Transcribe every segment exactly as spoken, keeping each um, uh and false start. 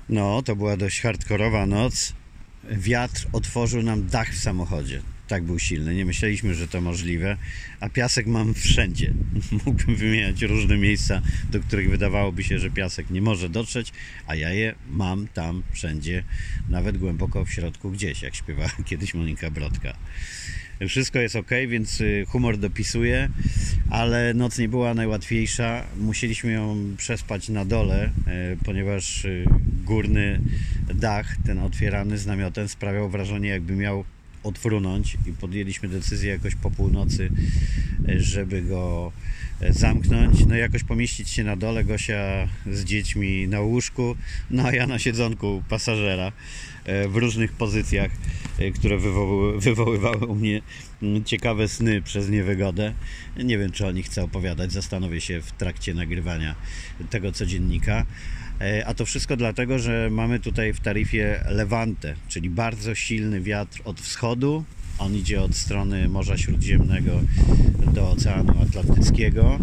No, to była dość hardkorowa noc. Wiatr otworzył nam dach w samochodzie. Tak był silny, nie myśleliśmy, że to możliwe, a piasek mam wszędzie. Mógłbym wymieniać różne miejsca, do których wydawałoby się, że piasek nie może dotrzeć, a ja je mam tam wszędzie, nawet głęboko w środku gdzieś, jak śpiewała kiedyś Monika Brodka. Wszystko jest ok, więc humor dopisuje, ale noc nie była najłatwiejsza. Musieliśmy ją przespać na dole, ponieważ górny dach, ten otwierany z namiotem, sprawiał wrażenie, jakby miał odfrunąć, i podjęliśmy decyzję jakoś po północy, żeby go zamknąć, no i jakoś pomieścić się na dole, Gosia z dziećmi na łóżku, no a ja na siedzonku pasażera w różnych pozycjach, które wywoły, wywoływały u mnie ciekawe sny przez niewygodę. Nie wiem, czy o nich chcę opowiadać, zastanowię się w trakcie nagrywania tego codziennika. A to wszystko dlatego, że mamy tutaj w taryfie lewantę, czyli bardzo silny wiatr od wschodu. On idzie od strony Morza Śródziemnego do Oceanu Atlantyckiego,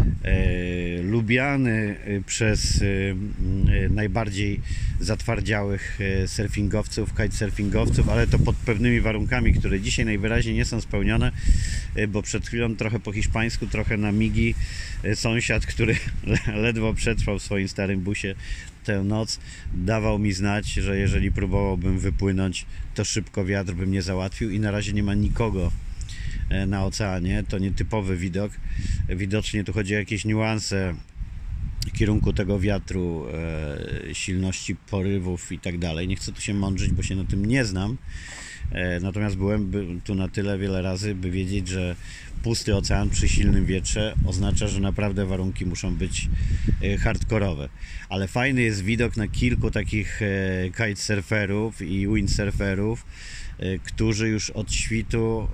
e, lubiany przez e, najbardziej zatwardziałych surfingowców, kitesurfingowców, ale to pod pewnymi warunkami, które dzisiaj najwyraźniej nie są spełnione, e, bo przed chwilą trochę po hiszpańsku, trochę na migi, e, sąsiad, który ledwo przetrwał w swoim starym busie tę noc, dawał mi znać, że jeżeli próbowałbym wypłynąć, to szybko wiatr by mnie załatwił, i na razie nie ma nikogo na oceanie. To nietypowy widok. Widocznie tu chodzi o jakieś niuanse kierunku tego wiatru, e, silności porywów i tak dalej. Nie chcę tu się mądrzyć, bo się na tym nie znam. E, natomiast byłem tu na tyle wiele razy, by wiedzieć, że pusty ocean przy silnym wietrze oznacza, że naprawdę warunki muszą być hardkorowe. Ale fajny jest widok na kilku takich kitesurferów i windsurferów, którzy już od świtu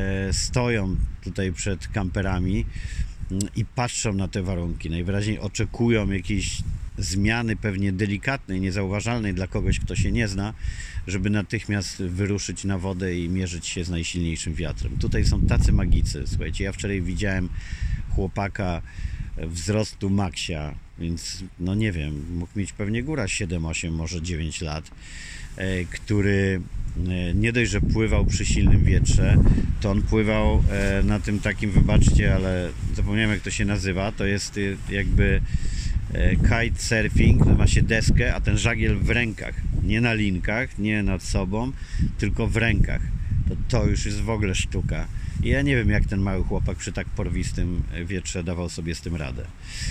stoją tutaj przed kamperami i patrzą na te warunki. Najwyraźniej oczekują jakiejś zmiany, pewnie delikatnej, niezauważalnej dla kogoś, kto się nie zna, żeby natychmiast wyruszyć na wodę i mierzyć się z najsilniejszym wiatrem. Tutaj są tacy magicy. Słuchajcie, ja wczoraj widziałem chłopaka wzrostu Maxia, więc no nie wiem, mógł mieć pewnie góra siedem, osiem, może dziewięć lat, który nie dość, że pływał przy silnym wietrze, to on pływał na tym takim, wybaczcie, ale zapomniałem, jak to się nazywa, to jest jakby kitesurfing, ma się deskę, a ten żagiel w rękach, nie na linkach, nie nad sobą, tylko w rękach. To, to już jest w ogóle sztuka. I ja nie wiem, jak ten mały chłopak przy tak porwistym wietrze dawał sobie z tym radę.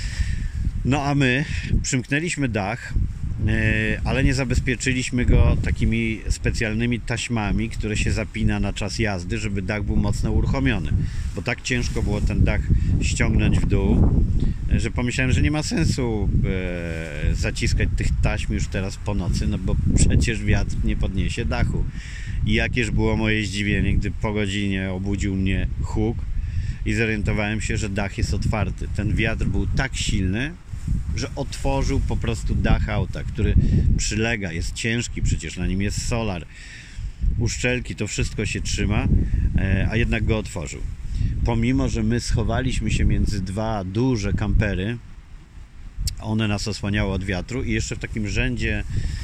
No a my przymknęliśmy dach, ale nie zabezpieczyliśmy go takimi specjalnymi taśmami, które się zapina na czas jazdy, żeby dach był mocno uruchomiony, bo tak ciężko było ten dach ściągnąć w dół, że pomyślałem, że nie ma sensu e, zaciskać tych taśm już teraz po nocy, no bo przecież wiatr nie podniesie dachu. I jakież było moje zdziwienie, gdy po godzinie obudził mnie huk i zorientowałem się, że dach jest otwarty. Ten wiatr był tak silny, że otworzył po prostu dach auta, który przylega, jest ciężki, przecież na nim jest solar, uszczelki, to wszystko się trzyma, a jednak go otworzył. Pomimo, że my schowaliśmy się między dwa duże kampery, one nas osłaniały od wiatru i jeszcze w takim rzędzie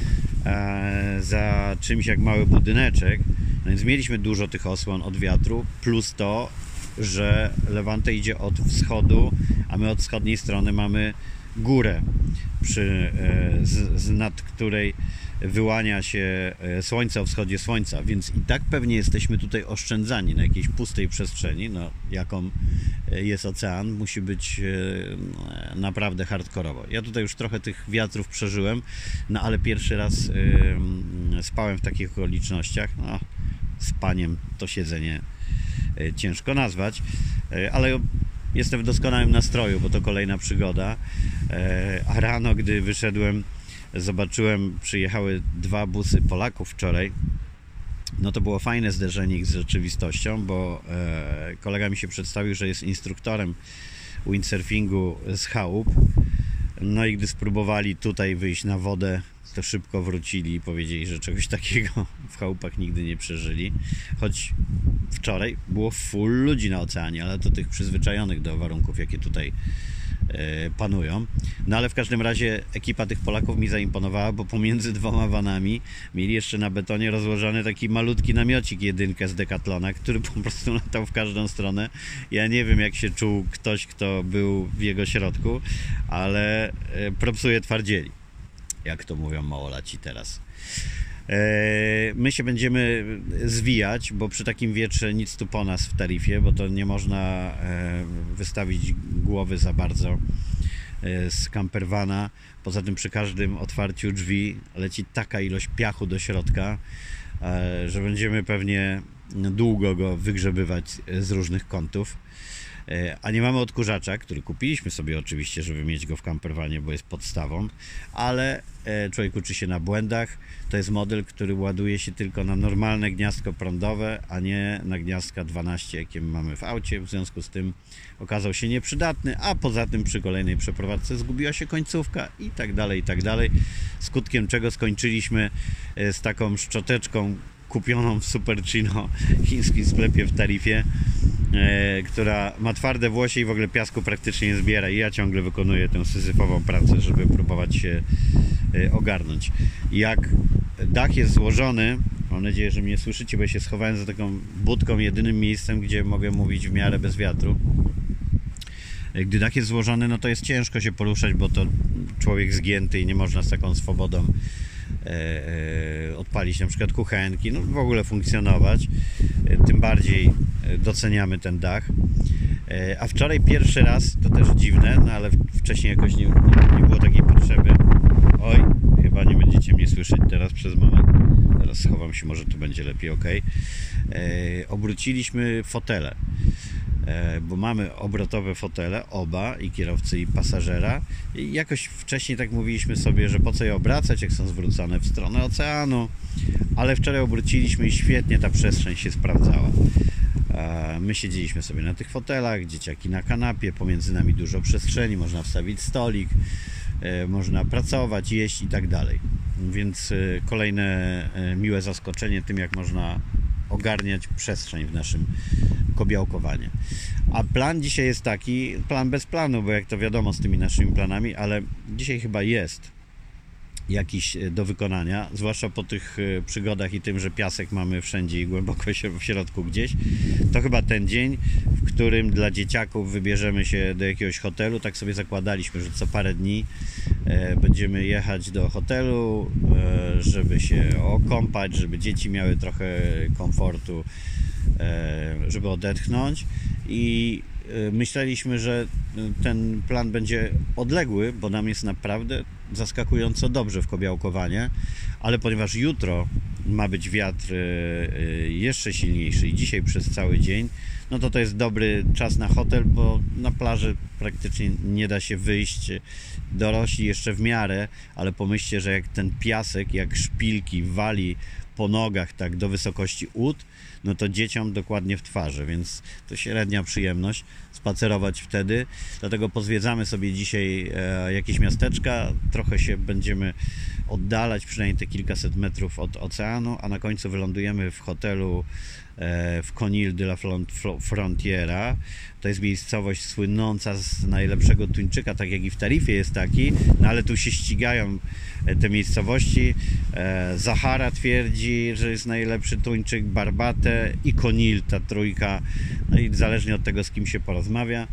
e, za czymś jak mały budyneczek, no więc mieliśmy dużo tych osłon od wiatru, plus to, że Levante idzie od wschodu, a my od wschodniej strony mamy górę, przy, z, z nad której wyłania się słońce o wschodzie słońca, więc i tak pewnie jesteśmy tutaj oszczędzani na jakiejś pustej przestrzeni, no, jaką jest ocean, musi być naprawdę hardkorowo. Ja tutaj już trochę tych wiatrów przeżyłem, no ale pierwszy raz y, spałem w takich okolicznościach. No, spaniem to siedzenie ciężko nazwać, ale jestem w doskonałym nastroju, bo to kolejna przygoda. A rano, gdy wyszedłem, zobaczyłem, przyjechały dwa busy Polaków wczoraj. No to było fajne zderzenie ich z rzeczywistością, bo kolega mi się przedstawił, że jest instruktorem windsurfingu z chałup. No i gdy spróbowali tutaj wyjść na wodę, to szybko wrócili i powiedzieli, że czegoś takiego w chałupach nigdy nie przeżyli. Choć wczoraj było full ludzi na oceanie, ale to tych przyzwyczajonych do warunków, jakie tutaj panują. No ale w każdym razie ekipa tych Polaków mi zaimponowała, bo pomiędzy dwoma vanami mieli jeszcze na betonie rozłożony taki malutki namiocik jedynkę z Decathlona, który po prostu latał w każdą stronę. Ja nie wiem, jak się czuł ktoś, kto był w jego środku, ale propsuje twardzieli, jak to mówią małolaci teraz. My się będziemy zwijać, bo przy takim wietrze nic tu po nas w Tarifie, bo to nie można wystawić głowy za bardzo z campervana. Poza tym przy każdym otwarciu drzwi leci taka ilość piachu do środka, że będziemy pewnie długo go wygrzebywać z różnych kątów. A nie mamy odkurzacza, który kupiliśmy sobie oczywiście, żeby mieć go w campervanie, bo jest podstawą, ale człowiek uczy się na błędach. To jest model, który ładuje się tylko na normalne gniazdko prądowe, a nie na gniazdka dwanaście, jakie mamy w aucie. W związku z tym okazał się nieprzydatny, a poza tym przy kolejnej przeprowadzce zgubiła się końcówka i tak dalej, i tak dalej. Skutkiem czego skończyliśmy z taką szczoteczką kupioną w Supercino, chińskim sklepie w Tarifie, e, która ma twarde włosie i w ogóle piasku praktycznie nie zbiera i ja ciągle wykonuję tę syzyfową pracę, żeby próbować się e, ogarnąć. Jak dach jest złożony, mam nadzieję, że mnie słyszycie, bo ja się schowałem za taką budką, jedynym miejscem, gdzie mogę mówić w miarę bez wiatru. Gdy dach jest złożony, no to jest ciężko się poruszać, bo to człowiek zgięty i nie można z taką swobodą odpalić na przykład kuchenki, no w ogóle funkcjonować. Tym bardziej doceniamy ten dach. A wczoraj pierwszy raz, to też dziwne, no ale wcześniej jakoś nie, nie, nie było takiej potrzeby. Oj, chyba nie będziecie mnie słyszeć teraz przez moment. Teraz schowam się, może tu będzie lepiej, ok. Obróciliśmy fotele, bo mamy obrotowe fotele, oba, i kierowcy, i pasażera. I jakoś wcześniej tak mówiliśmy sobie, że po co je obracać, jak są zwrócone w stronę oceanu, ale wczoraj obróciliśmy i świetnie ta przestrzeń się sprawdzała. My siedzieliśmy sobie na tych fotelach, dzieciaki na kanapie, pomiędzy nami dużo przestrzeni, można wstawić stolik, można pracować, jeść i tak dalej. Więc kolejne miłe zaskoczenie tym, jak można ogarniać przestrzeń w naszym kobiałkowaniu. A plan dzisiaj jest taki, plan bez planu, bo jak to wiadomo z tymi naszymi planami, ale dzisiaj chyba jest jakiś do wykonania, zwłaszcza po tych przygodach i tym, że piasek mamy wszędzie i głęboko w środku gdzieś. To chyba ten dzień, w którym dla dzieciaków wybierzemy się do jakiegoś hotelu. Tak sobie zakładaliśmy, że co parę dni e, będziemy jechać do hotelu, e, żeby się okąpać, żeby dzieci miały trochę komfortu, e, żeby odetchnąć. I myśleliśmy, że ten plan będzie odległy, bo nam jest naprawdę zaskakująco dobrze w kobiałkowanie, ale ponieważ jutro ma być wiatr jeszcze silniejszy i dzisiaj przez cały dzień, no to to jest dobry czas na hotel, bo na plaży praktycznie nie da się wyjść. Dorośli jeszcze w miarę, ale pomyślcie, że jak ten piasek, jak szpilki wali po nogach tak do wysokości ud, no to dzieciom dokładnie w twarzy, więc to średnia przyjemność spacerować wtedy. Dlatego pozwiedzamy sobie dzisiaj e, jakieś miasteczka, trochę się będziemy oddalać, przynajmniej te kilkaset metrów od oceanu, a na końcu wylądujemy w hotelu e, w Conil de la Frontiera. To jest miejscowość słynąca z najlepszego tuńczyka, tak jak i w Tarifie jest taki, no ale tu się ścigają te miejscowości. E, Zahara twierdzi, że jest najlepszy tuńczyk, Barbate i Conil, ta trójka, no i zależnie od tego, z kim się porozmawia,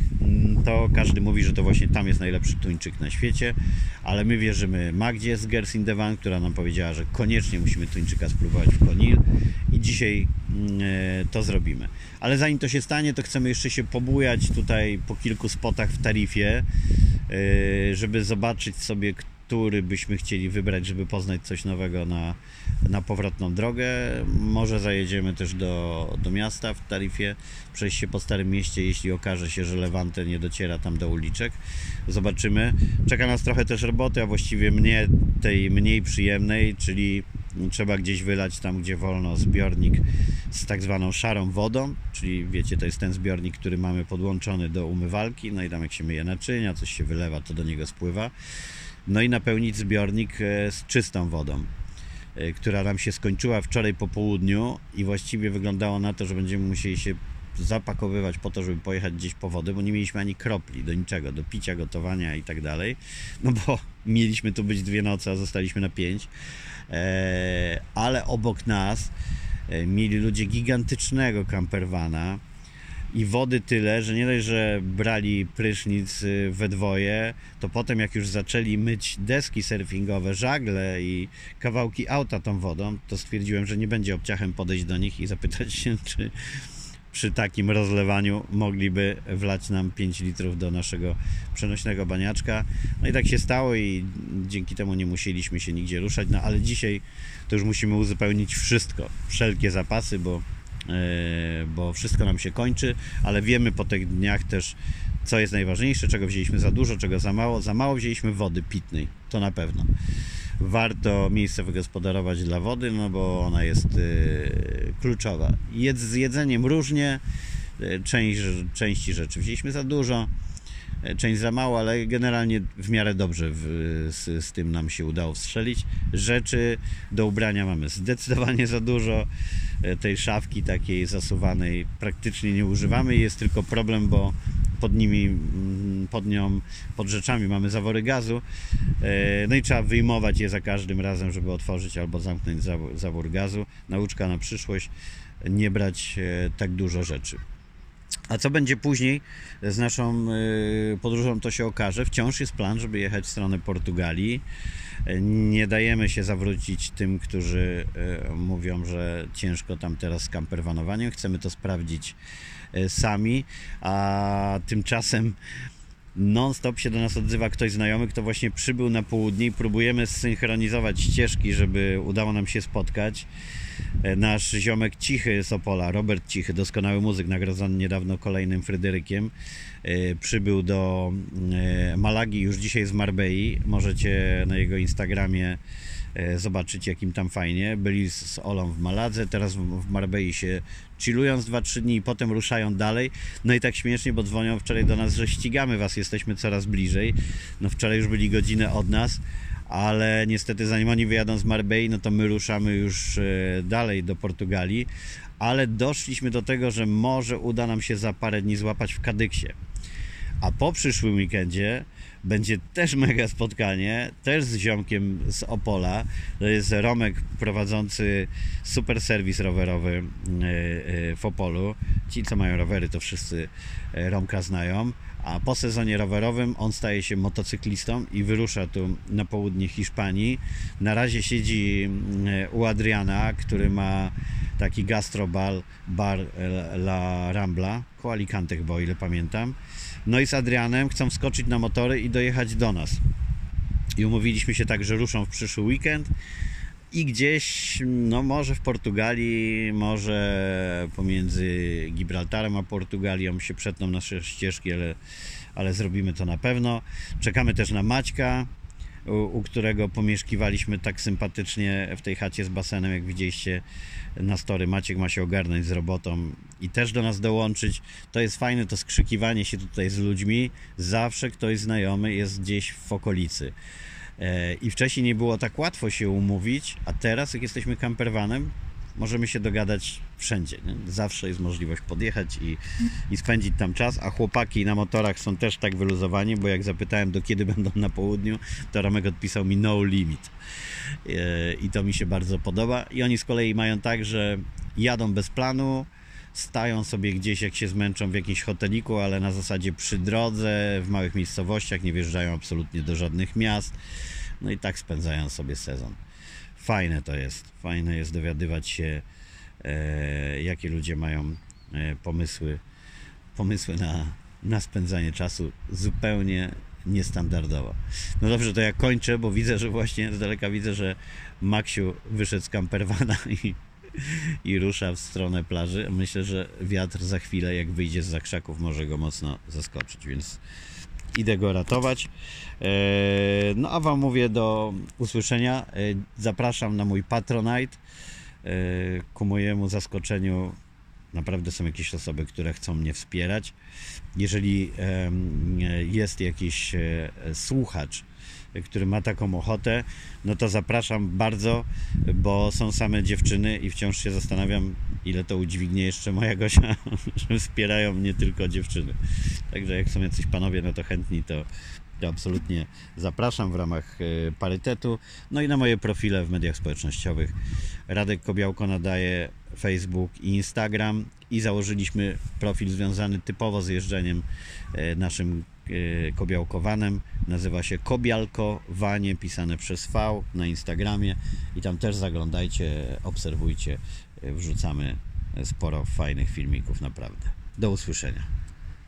to każdy mówi, że to właśnie tam jest najlepszy tuńczyk na świecie, ale my wierzymy Magdzie z Girls in the Van, która nam powiedziała, że koniecznie musimy tuńczyka spróbować w Conil i dzisiaj e, to zrobimy. Ale zanim to się stanie, to chcemy jeszcze się pobujać tutaj po kilku spotach w Tarifie, e, żeby zobaczyć sobie, który byśmy chcieli wybrać, żeby poznać coś nowego na, na powrotną drogę. Może zajedziemy też do, do miasta w Tarifie, przejść się po Starym Mieście, jeśli okaże się, że Levante nie dociera tam do uliczek. Zobaczymy. Czeka nas trochę też roboty, a właściwie mnie tej mniej przyjemnej, czyli trzeba gdzieś wylać tam, gdzie wolno, zbiornik z tak zwaną szarą wodą, czyli wiecie, to jest ten zbiornik, który mamy podłączony do umywalki, no i tam jak się myje naczynia, coś się wylewa, to do niego spływa. No i napełnić zbiornik z czystą wodą, która nam się skończyła wczoraj po południu i właściwie wyglądało na to, że będziemy musieli się zapakowywać po to, żeby pojechać gdzieś po wodę, bo nie mieliśmy ani kropli do niczego, do picia, gotowania i tak dalej, no bo mieliśmy tu być dwie noce, a zostaliśmy na pięć, e, ale obok nas e, mieli ludzie gigantycznego campervana i wody tyle, że nie dość, że brali prysznic we dwoje, to potem jak już zaczęli myć deski surfingowe, żagle i kawałki auta tą wodą, to stwierdziłem, że nie będzie obciachem podejść do nich i zapytać się, czy przy takim rozlewaniu mogliby wlać nam pięć litrów do naszego przenośnego baniaczka. No i tak się stało i dzięki temu nie musieliśmy się nigdzie ruszać, no ale dzisiaj to już musimy uzupełnić wszystko, wszelkie zapasy, bo bo wszystko nam się kończy, ale wiemy po tych dniach też, co jest najważniejsze, czego wzięliśmy za dużo, czego za mało. Za mało wzięliśmy wody pitnej, to na pewno. Warto miejsce wygospodarować dla wody, no bo ona jest yy, kluczowa. Jedz z jedzeniem różnie, yy, część, części rzeczy wzięliśmy za dużo, yy, część za mało, ale generalnie w miarę dobrze w, z, z tym nam się udało wstrzelić. Rzeczy do ubrania mamy zdecydowanie za dużo. Tej szafki takiej zasuwanej praktycznie nie używamy. Jest tylko problem, bo pod nimi, pod nią, pod rzeczami mamy zawory gazu. No i trzeba wyjmować je za każdym razem, żeby otworzyć albo zamknąć zawór gazu. Nauczka na przyszłość, nie brać tak dużo rzeczy. A co będzie później z naszą podróżą, to się okaże. Wciąż jest plan, żeby jechać w stronę Portugalii. Nie dajemy się zawrócić tym, którzy mówią, że ciężko tam teraz z campervanowaniem. Chcemy to sprawdzić sami, a tymczasem non-stop się do nas odzywa ktoś znajomy, kto właśnie przybył na południe i próbujemy zsynchronizować ścieżki, żeby udało nam się spotkać. Nasz ziomek Cichy z Opola, Robert Cichy, doskonały muzyk, nagrodzony niedawno kolejnym Fryderykiem, przybył do Malagi, już dzisiaj z Marbei. Możecie na jego Instagramie zobaczyć, jakim tam fajnie. Byli z Olą w Maladze, teraz w Marbei się chillują z dwa trzy dni i potem ruszają dalej. No i tak śmiesznie, bo dzwonią wczoraj do nas, że ścigamy was, jesteśmy coraz bliżej. No wczoraj już byli godzinę od nas, ale niestety zanim oni wyjadą z Marbei, no to my ruszamy już dalej do Portugalii, ale doszliśmy do tego, że może uda nam się za parę dni złapać w Kadyksie. A po przyszłym weekendzie będzie też mega spotkanie, też z ziomkiem z Opola. To jest Romek prowadzący super serwis rowerowy w Opolu. Ci, co mają rowery, to wszyscy Romka znają. A po sezonie rowerowym on staje się motocyklistą i wyrusza tu na południe Hiszpanii. Na razie siedzi u Adriana, który ma taki gastrobar bar La Rambla, koło Alicante chyba, o ile pamiętam. No i z Adrianem chcą wskoczyć na motory i dojechać do nas. I umówiliśmy się tak, że ruszą w przyszły weekend i gdzieś, no może w Portugalii, może pomiędzy Gibraltarem a Portugalią się przetną nasze ścieżki, ale, ale zrobimy to na pewno. Czekamy też na Maćka, u, u którego pomieszkiwaliśmy tak sympatycznie w tej chacie z basenem, jak widzieliście na story. Maciek ma się ogarnąć z robotą i też do nas dołączyć. To jest fajne, to skrzykiwanie się tutaj z ludźmi. Zawsze ktoś znajomy jest gdzieś w okolicy. I wcześniej nie było tak łatwo się umówić, a teraz, jak jesteśmy campervanem, możemy się dogadać wszędzie. Nie? Zawsze jest możliwość podjechać i, i spędzić tam czas, a chłopaki na motorach są też tak wyluzowani, bo jak zapytałem, do kiedy będą na południu, to Romek odpisał mi no limit. I to mi się bardzo podoba. I oni z kolei mają tak, że jadą bez planu, stają sobie gdzieś, jak się zmęczą, w jakimś hoteliku, ale na zasadzie przy drodze, w małych miejscowościach, nie wjeżdżają absolutnie do żadnych miast. No i tak spędzają sobie sezon. Fajne to jest. Fajne jest dowiadywać się, e, jakie ludzie mają e, pomysły, pomysły na, na spędzanie czasu zupełnie niestandardowo. No dobrze, to ja kończę, bo widzę, że właśnie z daleka widzę, że Maksiu wyszedł z campervana i i rusza w stronę plaży. Myślę, że wiatr za chwilę, jak wyjdzie z zakrzaków, może go mocno zaskoczyć, więc idę go ratować. No a wam mówię do usłyszenia. Zapraszam na mój Patronite. Ku mojemu zaskoczeniu naprawdę są jakieś osoby, które chcą mnie wspierać. Jeżeli jest jakiś słuchacz który ma taką ochotę, no to zapraszam bardzo, bo są same dziewczyny i wciąż się zastanawiam, ile to udźwignie jeszcze moja Gosia, że wspierają mnie tylko dziewczyny. Także jak są jacyś panowie, no to chętni, to, to absolutnie zapraszam w ramach parytetu. No i na moje profile w mediach społecznościowych. Radek Kobiałko nadaje Facebook i Instagram i założyliśmy profil związany typowo z jeżdżeniem naszym kobiałkowanem. Nazywa się Kobialkowanie, pisane przez V na Instagramie i tam też zaglądajcie, obserwujcie, wrzucamy sporo fajnych filmików, naprawdę. Do usłyszenia.